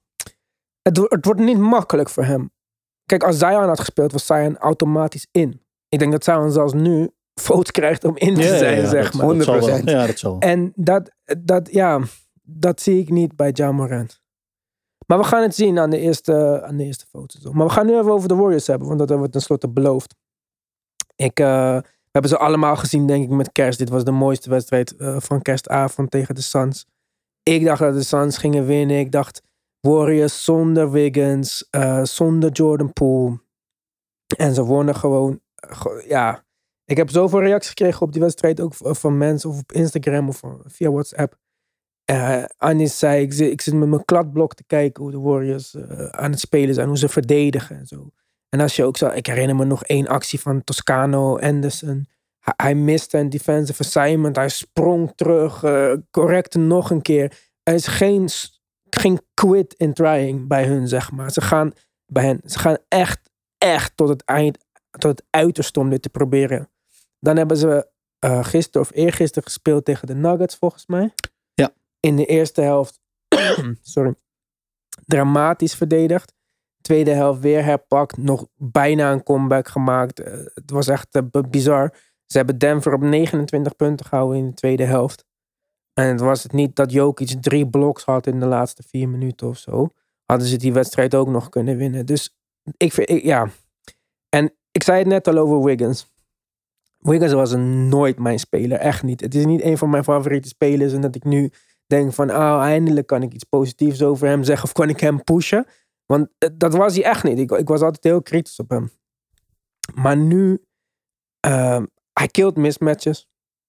Het, wo- het wordt niet makkelijk voor hem. Kijk, als Zion had gespeeld, was Zion automatisch in. Ik denk dat Zion zelfs nu votes krijgt om in te Ja, ja, zijn, ja, zeg dat- maar. dat zal wel. honderd procent. Ja, dat zal wel. En dat, dat, ja, dat zie ik niet bij Ja Morant. Maar we gaan het zien aan de eerste, aan de eerste foto's. Maar we gaan nu even over de Warriors hebben, want dat hebben we tenslotte beloofd. Ik, uh, we hebben ze allemaal gezien, denk ik, met kerst. Dit was de mooiste wedstrijd uh, van kerstavond tegen de Suns. Ik dacht dat de Suns gingen winnen. Ik dacht Warriors zonder Wiggins, uh, zonder Jordan Poole. En ze wonnen gewoon, uh, ja... Ik heb zoveel reacties gekregen op die wedstrijd, ook van mensen of op Instagram of via WhatsApp. Uh, Anis zei, ik zit, ik zit met mijn kladblok te kijken hoe de Warriors uh, aan het spelen zijn, hoe ze verdedigen en zo. En als je ook zo, ik herinner me nog één actie van Toscano Anderson. Hij, hij miste een defensive assignment, hij sprong terug, uh, correcte nog een keer. Er is geen, geen quit in trying bij hun, zeg maar. Ze gaan bij hen, ze gaan echt, echt tot het eind, tot het uiterste om dit te proberen. Dan hebben ze uh, gisteren of eergisteren gespeeld tegen de Nuggets, volgens mij. Ja. In de eerste helft, sorry, dramatisch verdedigd. Tweede helft weer herpakt. Nog bijna een comeback gemaakt. Uh, het was echt uh, bizar. Ze hebben Denver op negenentwintig punten gehouden in de tweede helft. En het was het niet dat Jokic drie bloks had in de laatste vier minuten of zo. Hadden ze die wedstrijd ook nog kunnen winnen. Dus ik vind, ik, ja. En ik zei het net al over Wiggins. Wiggins was een nooit mijn speler. Echt niet. Het is niet een van mijn favoriete spelers. En dat ik nu denk van, oh, eindelijk kan ik iets positiefs over hem zeggen. Of kan ik hem pushen. Want dat was hij echt niet. Ik, ik was altijd heel kritisch op hem. Maar nu, uh, hij killt mismatches.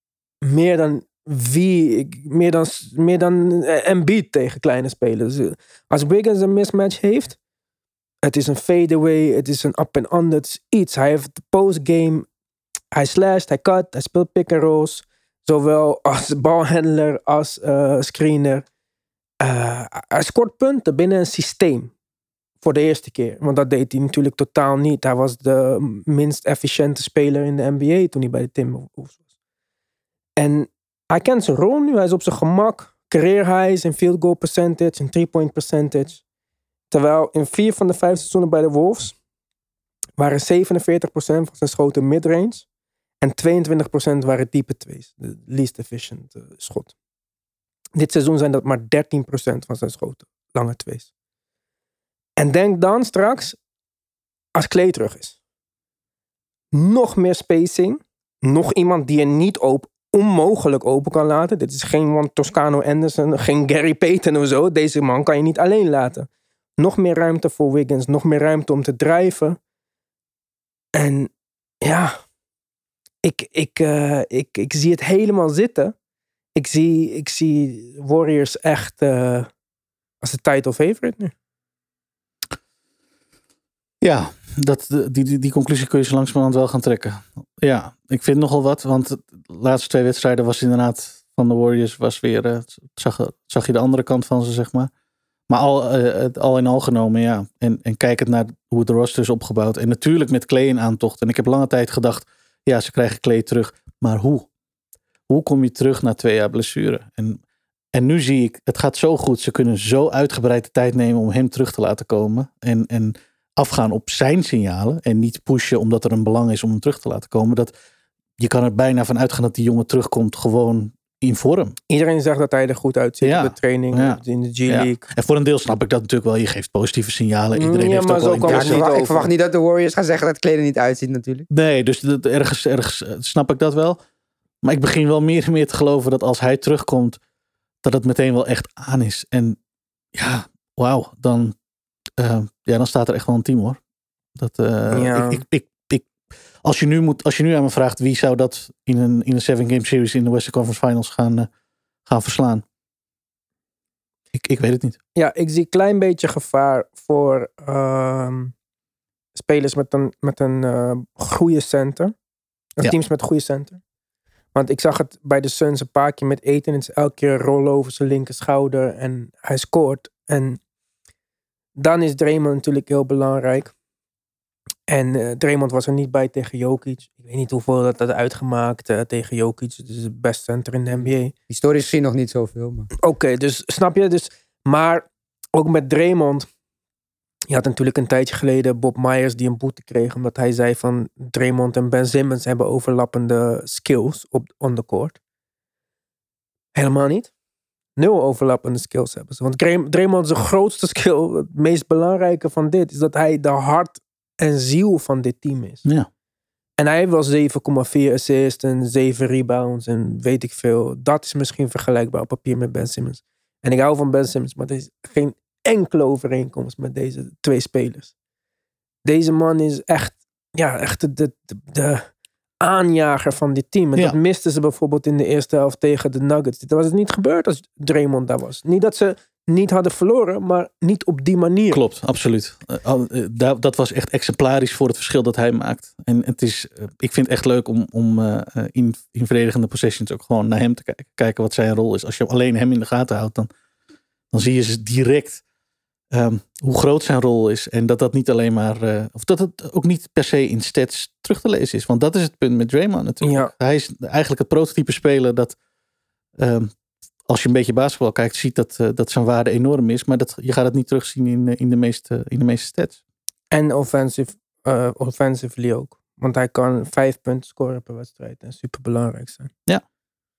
Meer dan wie, meer dan, meer dan Embiid tegen kleine spelers. Als Wiggins een mismatch heeft, het is een fadeaway, het is een up-and-under, het is iets. Hij heeft de postgame, hij slasht, hij cut, hij speelt pick-and-rolls. Zowel als balhandler als uh, screener. Uh, hij scoort punten binnen een systeem. Voor de eerste keer. Want dat deed hij natuurlijk totaal niet. Hij was de minst efficiënte speler in de N B A toen hij bij de Timberwolves was. En hij kent zijn rol nu. Hij is op zijn gemak. Career highs in field goal percentage en three-point percentage. Terwijl in vier van de vijf seizoenen bij de Wolves waren zevenenveertig procent van zijn schoten midrange. En tweeëntwintig procent waren diepe twees. De least efficient uh, schot. Dit seizoen zijn dat maar dertien procent van zijn schoten. Lange twees. En denk dan straks, als Klay terug is. Nog meer spacing. Nog iemand die je niet open, onmogelijk open kan laten. Dit is geen Juan Toscano Anderson, geen Gary Payton of zo. Deze man kan je niet alleen laten. Nog meer ruimte voor Wiggins. Nog meer ruimte om te drijven. En ja, Ik, ik, uh, ik, ik zie het helemaal zitten. Ik zie, ik zie Warriors echt uh, als de title favorite nu. Ja, dat, die, die, die conclusie kun je zo langzamerhand wel gaan trekken. Ja, ik vind nogal wat. Want de laatste twee wedstrijden was inderdaad van de Warriors was weer... Uh, zag, zag je de andere kant van ze, zeg maar. Maar al, uh, al in al genomen, ja. En, en kijkend naar hoe het roster is opgebouwd. En natuurlijk met Klay in aantocht. En ik heb lange tijd gedacht, ja, ze krijgen Klay terug. Maar hoe? Hoe kom je terug na twee jaar blessure? En, en nu zie ik, het gaat zo goed. Ze kunnen zo uitgebreid de tijd nemen om hem terug te laten komen. En, en afgaan op zijn signalen. En niet pushen omdat er een belang is om hem terug te laten komen. Dat je kan er bijna van uitgaan dat die jongen terugkomt gewoon in vorm. Iedereen zegt dat hij er goed uitziet ja. op de training, ja. in de G-League. Ja. En voor een deel snap ik dat natuurlijk wel. Je geeft positieve signalen. Iedereen ja, heeft maar ook zo wel kan Ja, het ik, niet verwacht, ik over. verwacht niet dat de Warriors gaan zeggen dat het kleden niet uitziet natuurlijk. Nee, dus dat, ergens, ergens snap ik dat wel. Maar ik begin wel meer en meer te geloven dat als hij terugkomt, dat het meteen wel echt aan is. En ja, wauw, dan, uh, ja, dan staat er echt wel een team hoor. Dat, uh, ja. ik, ik, ik, ik, als, je nu moet, als je nu aan me vraagt wie zou dat in een, in een seven game series in de Western Conference Finals gaan, uh, gaan verslaan. Ik, ik weet het niet. Ja, ik zie een klein beetje gevaar voor uh, spelers met een, met een uh, goede center. Ja. Teams met goede center. Want ik zag het bij de Suns een paar keer met Ayton. Het is elke keer een roll over zijn linker schouder. En hij scoort. En dan is Draymond natuurlijk heel belangrijk. En uh, Draymond was er niet bij tegen Jokic. Ik weet niet hoeveel dat had uitgemaakt uh, tegen Jokic. Het is het best center in de N B A. Historisch gezien nog niet zoveel. Maar... Oké, okay, dus snap je? Dus, maar ook met Draymond. Je had natuurlijk een tijdje geleden Bob Myers die een boete kreeg. Omdat hij zei van Draymond en Ben Simmons hebben overlappende skills op on the court. Helemaal niet. Nul overlappende skills hebben ze. Want Draymond zijn grootste skill, het meest belangrijke van dit, is dat hij de hart en ziel van dit team is. Ja. En hij heeft wel zeven komma vier assists en zeven rebounds en weet ik veel. Dat is misschien vergelijkbaar op papier met Ben Simmons. En ik hou van Ben Simmons, maar er is geen enkele overeenkomst met deze twee spelers. Deze man is echt, ja, echt de, de, de aanjager van dit team. En ja. dat misten ze bijvoorbeeld in de eerste helft tegen de Nuggets. Dat was het niet gebeurd als Draymond daar was. Niet dat ze niet hadden verloren, maar niet op die manier. Klopt, absoluut. Uh, uh, dat was echt exemplarisch voor het verschil dat hij maakt. En het is, uh, ik vind het echt leuk om, om uh, in, in verdedigende possessions ook gewoon naar hem te kijken. Kijken wat zijn rol is. Als je alleen hem in de gaten houdt, dan, dan zie je ze direct um, hoe groot zijn rol is. En dat dat niet alleen maar, uh, of dat het ook niet per se in stats terug te lezen is. Want dat is het punt met Draymond natuurlijk. Ja. Hij is eigenlijk het prototype speler dat... Um, als je een beetje basketbal kijkt, ziet dat, uh, dat zijn waarde enorm is. Maar dat, je gaat het niet terugzien in, uh, in, de, meeste, in de meeste stats. En offensive, uh, offensively ook. Want hij kan vijf punten scoren per wedstrijd. En super belangrijk zijn. Ja.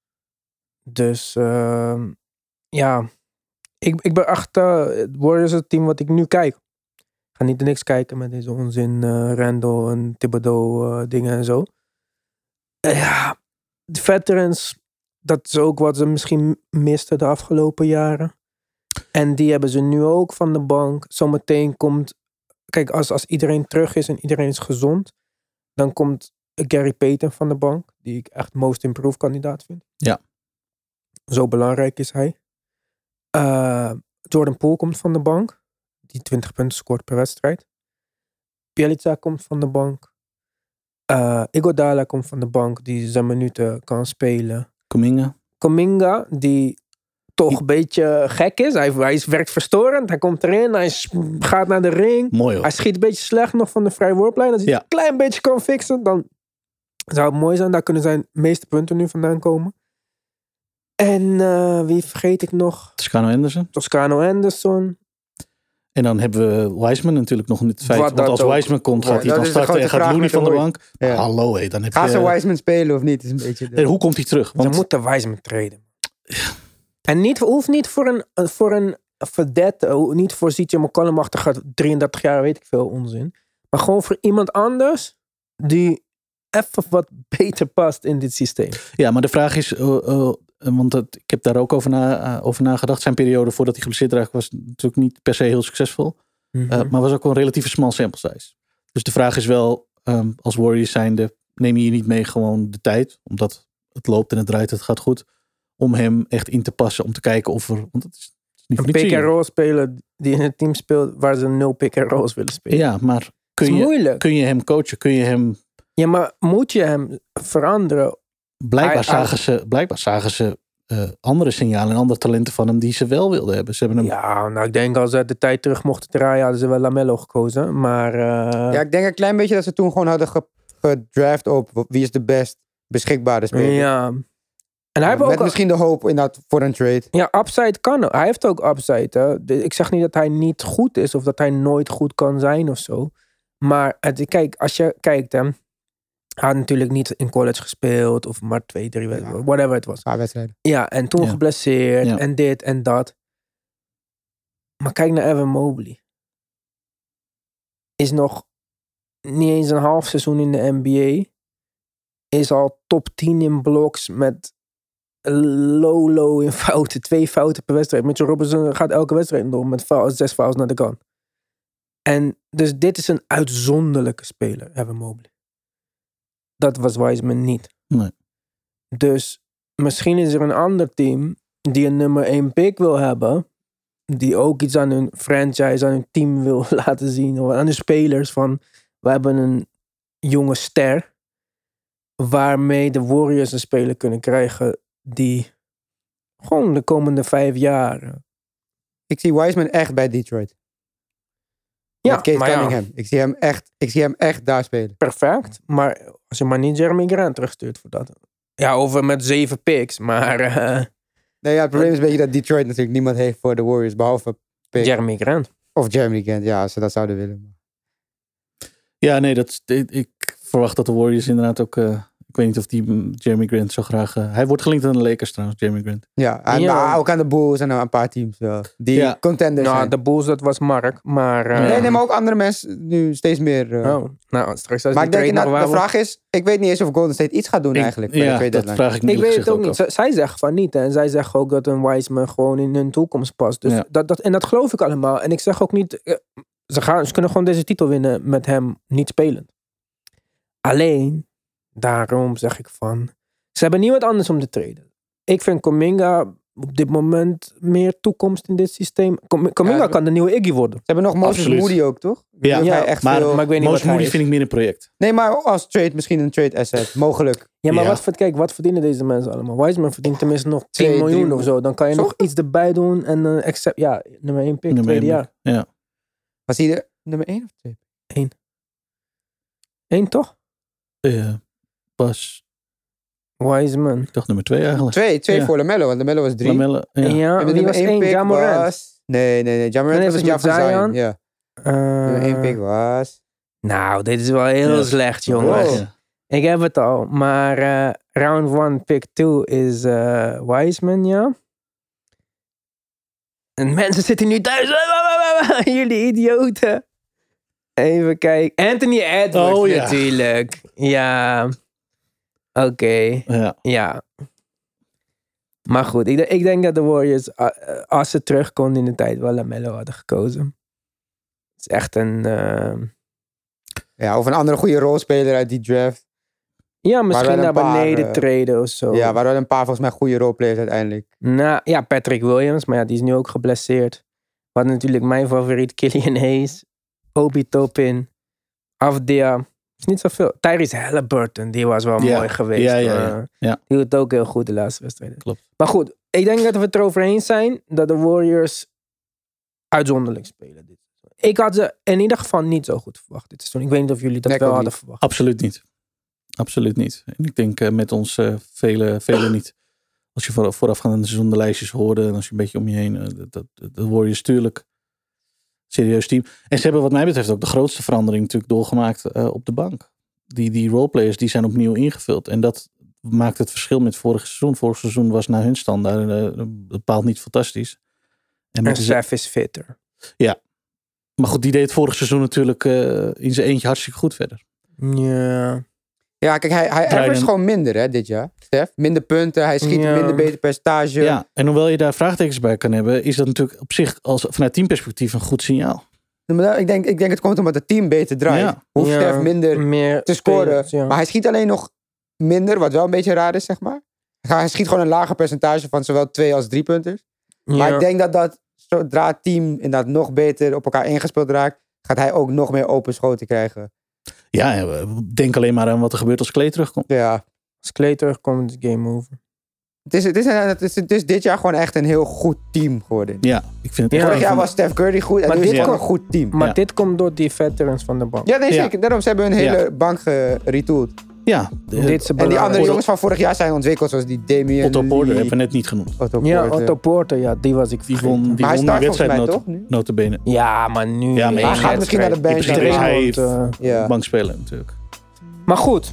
Dus uh, ja. Ik, ik ben achter het Warriors het team wat ik nu kijk. Ik ga niet niks kijken met deze onzin. Uh, Randall en Thibodeau uh, dingen en zo. Uh, ja. De veterans... Dat is ook wat ze misschien misten de afgelopen jaren. En die hebben ze nu ook van de bank. Zometeen komt... Kijk, als, als iedereen terug is en iedereen is gezond... dan komt Gary Payton van de bank. Die ik echt most improved kandidaat vind. Ja. Zo belangrijk is hij. Uh, Jordan Poole komt van de bank. Die twintig punten scoort per wedstrijd. Bjelica komt van de bank. Uh, Iguodala komt van de bank. Die zijn minuten kan spelen. Kuminga. Kuminga, die toch een beetje gek is. Hij, hij werkt verstorend. Hij komt erin. Hij gaat naar de ring. Mooi hoor. Hij schiet een beetje slecht nog van de vrije worplijn. Als hij ja. een klein beetje kan fixen, dan zou het mooi zijn. Daar kunnen zijn meeste punten nu vandaan komen. En uh, wie vergeet ik nog? Toscano Anderson. Toscano Anderson. En dan hebben we Wiseman natuurlijk nog in het feit. Wat want als ook. Wiseman komt, gaat hij dan starten en gaat Looney van de bank. Ja. Hallo hé, dan heb Gaan je... ze Wiseman spelen of niet? Is een beetje de... En hoe komt hij terug? Want... Ze moeten Wiseman treden. Ja. En niet, hoeft niet voor een, voor een verdette, niet voor C J McCollum-achtige drieëndertig jaar, weet ik veel, onzin. Maar gewoon voor iemand anders die even wat beter past in dit systeem. Ja, maar de vraag is... Uh, uh, want het, ik heb daar ook over, na, uh, over nagedacht. Zijn periode voordat hij geblesseerd raakte was natuurlijk niet per se heel succesvol. Mm-hmm. Uh, maar was ook wel een relatieve small sample size. Dus de vraag is wel, um, als Warriors zijnde, neem je hier niet mee gewoon de tijd, omdat het loopt en het draait, het gaat goed, om hem echt in te passen, om te kijken of er, want het is, het is niet Een voor niets pick-and-roll speler die in het team speelt waar ze nul pick-and-rolls willen spelen. Ja, maar kun is je, moeilijk. kun je hem coachen? Kun je hem... Ja, maar moet je hem veranderen? Blijkbaar Hij- zagen ze, blijkbaar zagen ze uh, andere signalen en andere talenten van hem die ze wel wilden hebben. Ze hebben hem... Ja, nou ik denk als ze de tijd terug mochten draaien, hadden ze wel Lamello gekozen. Maar uh... Ja, ik denk een klein beetje dat ze toen gewoon hadden ge- gedraft op wie is de best beschikbare speler. ja. En hij Ja, heeft met ook misschien de hoop inderdaad voor een trade. Ja, upside kan. Hij heeft ook upside. Hè. De- Ik zeg niet dat hij niet goed is of dat hij nooit goed kan zijn of zo. Maar het, kijk, als je kijkt, hè, hij had natuurlijk niet in college gespeeld of maar twee, drie wedstrijden, whatever het was. Een paar wedstrijden. Ja, en toen Ja. geblesseerd Ja. en dit en dat. Maar kijk naar Evan Mobley. Is nog niet eens een half seizoen in de N B A. Is al top tien in blocks met low, low in fouten. Twee fouten per wedstrijd. Mitchell Robinson gaat elke wedstrijd door met foul, zes fouls naar de kant. En dus dit is een uitzonderlijke speler, Evan Mobley. Dat was Wiseman niet. Nee. Dus misschien is er een ander team die een nummer één pick wil hebben. Die ook iets aan hun franchise, aan hun team wil laten zien. Of aan de spelers van, we hebben een jonge ster. Waarmee de Warriors een speler kunnen krijgen die gewoon de komende vijf jaar. Ik zie Wiseman echt bij Detroit. Ja, Met Cade maar ja, Cunningham. Ik zie hem echt, ik zie hem echt daar spelen. perfect. Maar als je maar niet Jeremy Grant terugstuurt voor dat. Ja, over met zeven picks. Maar uh, Nee, ja, het probleem is een beetje dat Detroit natuurlijk niemand heeft voor de Warriors. Behalve pick. Jeremy Grant. Of Jeremy Grant. Ja, als ze dat zouden willen. Ja, nee, dat, ik, ik verwacht dat de Warriors inderdaad ook... Uh, ik weet niet of die Jeremy Grant zo graag... Uh, hij wordt gelinkt aan de Lakers trouwens, Jeremy Grant. Ja, en, Ja. maar ook aan de Bulls en een paar teams wel. Die Ja. contenders Nou, zijn. de Bulls, dat was Mark. Maar, uh, Nee, nee, maar ook andere mensen nu steeds meer. Uh, oh, nou, straks als maar die ik denk trade nog inderdaad, waar de wordt- vraag is, ik weet niet eens of Golden State iets gaat doen Ik- eigenlijk. Bij de ja, trade dat deadline. vraag ik me Ik eerlijk weet het ook gezegd niet. Z- zij zeggen van niet. Hè. En zij zeggen ook dat een Wiseman gewoon in hun toekomst past. Dus Ja. dat, dat, en dat geloof ik allemaal. En ik zeg ook niet... eh, Ze, gaan, ze kunnen gewoon deze titel winnen met hem niet spelend. Alleen, daarom zeg ik van... Ze hebben niemand anders om te traden. Ik vind Kuminga op dit moment meer toekomst in dit systeem. Kum- Kuminga Ja, kan de nieuwe Iggy worden. Ze hebben nog Moses Absoluut. Moody ook, toch? Ja, Die ja, hij echt maar- veel... Maar ik weet niet Most wat hij Moody is. vind ik meer een project. Nee, maar als trade, misschien een trade asset. Mogelijk. Ja, maar Ja. Wat, kijk, wat verdienen deze mensen allemaal? Wiseman verdient tenminste nog tien Twee, miljoen drie of zo. Dan kan je Zo? nog iets erbij doen. En uh, accept, ja, nummer één pick, Nummer tweede één jaar. Ja. Was hij de nummer één of twee? Eén toch? Uh, was, Wiseman. ik dacht nummer twee eigenlijk. Twee, twee Ja. voor LaMelo, want LaMelo was drie. Lamelle, ja. Ja, En de wie nummer was één één? pick Ja Morant. was... Nee, nee, nee. Ja Morant Nee, was was het met jaar van Zion. Zion. Ja. Uh, Nummer één pick was... Nou, dit is wel heel Ja. slecht, jongens. Wow. Ja. Ik heb het al. Maar uh, round one, pick two is uh, Wiseman, ja. En mensen zitten nu thuis. Jullie idioten. Even kijken. Anthony Edwards Oh, ja. natuurlijk. Ja. Oké. Ja. Ja. Maar goed, ik, ik denk dat de Warriors, uh, uh, als ze terug konden in de tijd, wel Lamello hadden gekozen. Het is echt een... uh, Ja, of een andere goede rolspeler uit die draft. ja, misschien wel naar een paar, beneden uh, treden of zo. Ja, waren wel een paar volgens mij goede roleplayers uiteindelijk. Nou, ja, Patrick Williams, maar ja, die is nu ook geblesseerd. Wat natuurlijk mijn favoriet, Killian Hayes, Obi Toppin, Avdia. Is niet zoveel. Tyrese Halliburton, die was wel Ja. mooi geweest. Ja, ja, maar ja. Ja. Die doet het ook heel goed de laatste wedstrijden. Klopt. Maar goed, ik denk dat we het erover eens zijn dat de Warriors uitzonderlijk spelen. Dit. Ik had ze in ieder geval niet zo goed verwacht dit seizoen. Ik weet niet of jullie dat Nee, ik wel ook hadden niet. verwacht. Absoluut niet. Absoluut niet. En ik denk uh, met ons uh, vele, vele niet. Als je voor, voorafgaand aan de seizoen de lijstjes hoorde en als je een beetje om je heen, uh, dat, dat, dat Warriors tuurlijk serieus team. En ze hebben wat mij betreft ook de grootste verandering natuurlijk doorgemaakt uh, op de bank. Die, die roleplayers die zijn opnieuw ingevuld. En dat maakt het verschil met vorig seizoen. Vorig seizoen was naar hun standaard uh, bepaald niet fantastisch. En met Steph is fitter. Ja. Maar goed, die deed het vorig seizoen natuurlijk uh, in zijn eentje hartstikke goed verder. Ja. Ja, kijk, hij, hij average gewoon minder hè, dit jaar. Stef, minder punten, hij schiet Ja. minder beter percentage. Ja, en hoewel je daar vraagtekens bij kan hebben, is dat natuurlijk op zich als vanuit teamperspectief een goed signaal. Ik denk, ik denk het komt omdat het team beter draait. Ja. Hoeft Ja, Steph minder meer te scoren. spelers, ja. Maar hij schiet alleen nog minder, wat wel een beetje raar is, zeg maar. Hij schiet gewoon een lager percentage van zowel twee als drie punters. Maar Ja. ik denk dat dat, zodra het team inderdaad nog beter op elkaar ingespeeld raakt, gaat hij ook nog meer open schoten krijgen. Ja, denk alleen maar aan wat er gebeurt als Klay terugkomt. Ja. Als Klay terugkomt, is het game over. Het is, het, is, het, is, het is dit jaar gewoon echt een heel goed team geworden. Ja, ik vind het Ja, echt Vorig een jaar van- was Steph Curry goed en Maar nu is dit het gewoon komt- een goed team. Maar Ja. dit komt door die veterans van de bank. Ja, nee, Ja. zeker. Daarom ze hebben hun hele Ja. bank geretooled. Ja, Dit is En die belangrijk. andere jongens van vorig jaar zijn ontwikkeld, zoals die Damian Otto Porter Lee, hebben we net niet genoemd. Otto Ja, Porter. Otto Porter, ja, die was ik Die vergeten. won die, Maar hij won die start volgens wedstrijd mij not, toch nu? notabene. Ja, maar nu... Ja, maar één hij gaat misschien naar de wedstrijd. bench. In principe Ja. is hij Want, eh, Ja. bank spelen natuurlijk. Maar goed,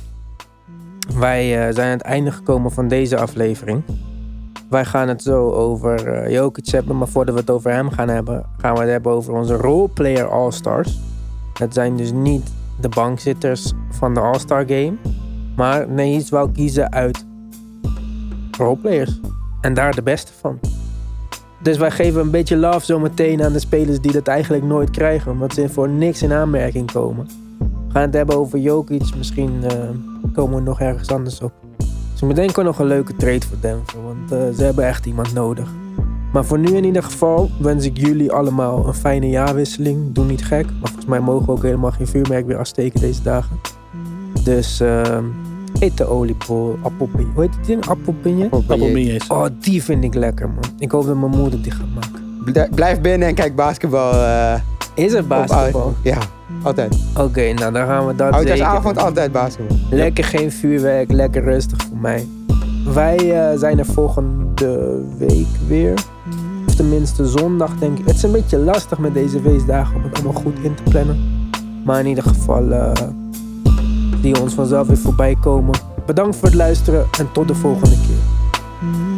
wij uh, zijn aan het einde gekomen van deze aflevering. Wij gaan het zo over uh, Jokic hebben, maar voordat we het over hem gaan hebben, gaan we het hebben over onze roleplayer All-Stars. Het zijn dus niet de bankzitters van de All-Star Game, maar nee, iets wou kiezen uit roleplayers. En daar de beste van. Dus wij geven een beetje love zometeen aan de spelers die dat eigenlijk nooit krijgen, omdat ze voor niks in aanmerking komen. We gaan het hebben over Jokic, misschien uh, komen we nog ergens anders op. Dus ik bedenk ook nog een leuke trade voor Denver, want uh, ze hebben echt iemand nodig. Maar voor nu in ieder geval wens ik jullie allemaal een fijne jaarwisseling. Doe niet gek, maar volgens mij mogen we ook helemaal geen vuurmerk weer afsteken deze dagen. Dus uh, eet de oliebol, appelpinje. Hoe heet het ding? Appelpinje? Appelmees. Oh, die vind ik lekker, man. Ik hoop dat mijn moeder die gaat maken. Bl- Blijf binnen en kijk basketbal. Uh, Is er basketbal? Ja, altijd. Oké, okay, nou dan gaan we dat Oudjaarsavond zeker. altijd basketbal. Lekker geen vuurwerk, lekker rustig voor mij. Wij uh, zijn er volgende week weer. Of tenminste zondag denk ik. Het is een beetje lastig met deze feestdagen om het allemaal goed in te plannen. Maar in ieder geval uh, die ons vanzelf weer voorbij komen. Bedankt voor het luisteren en tot de volgende keer.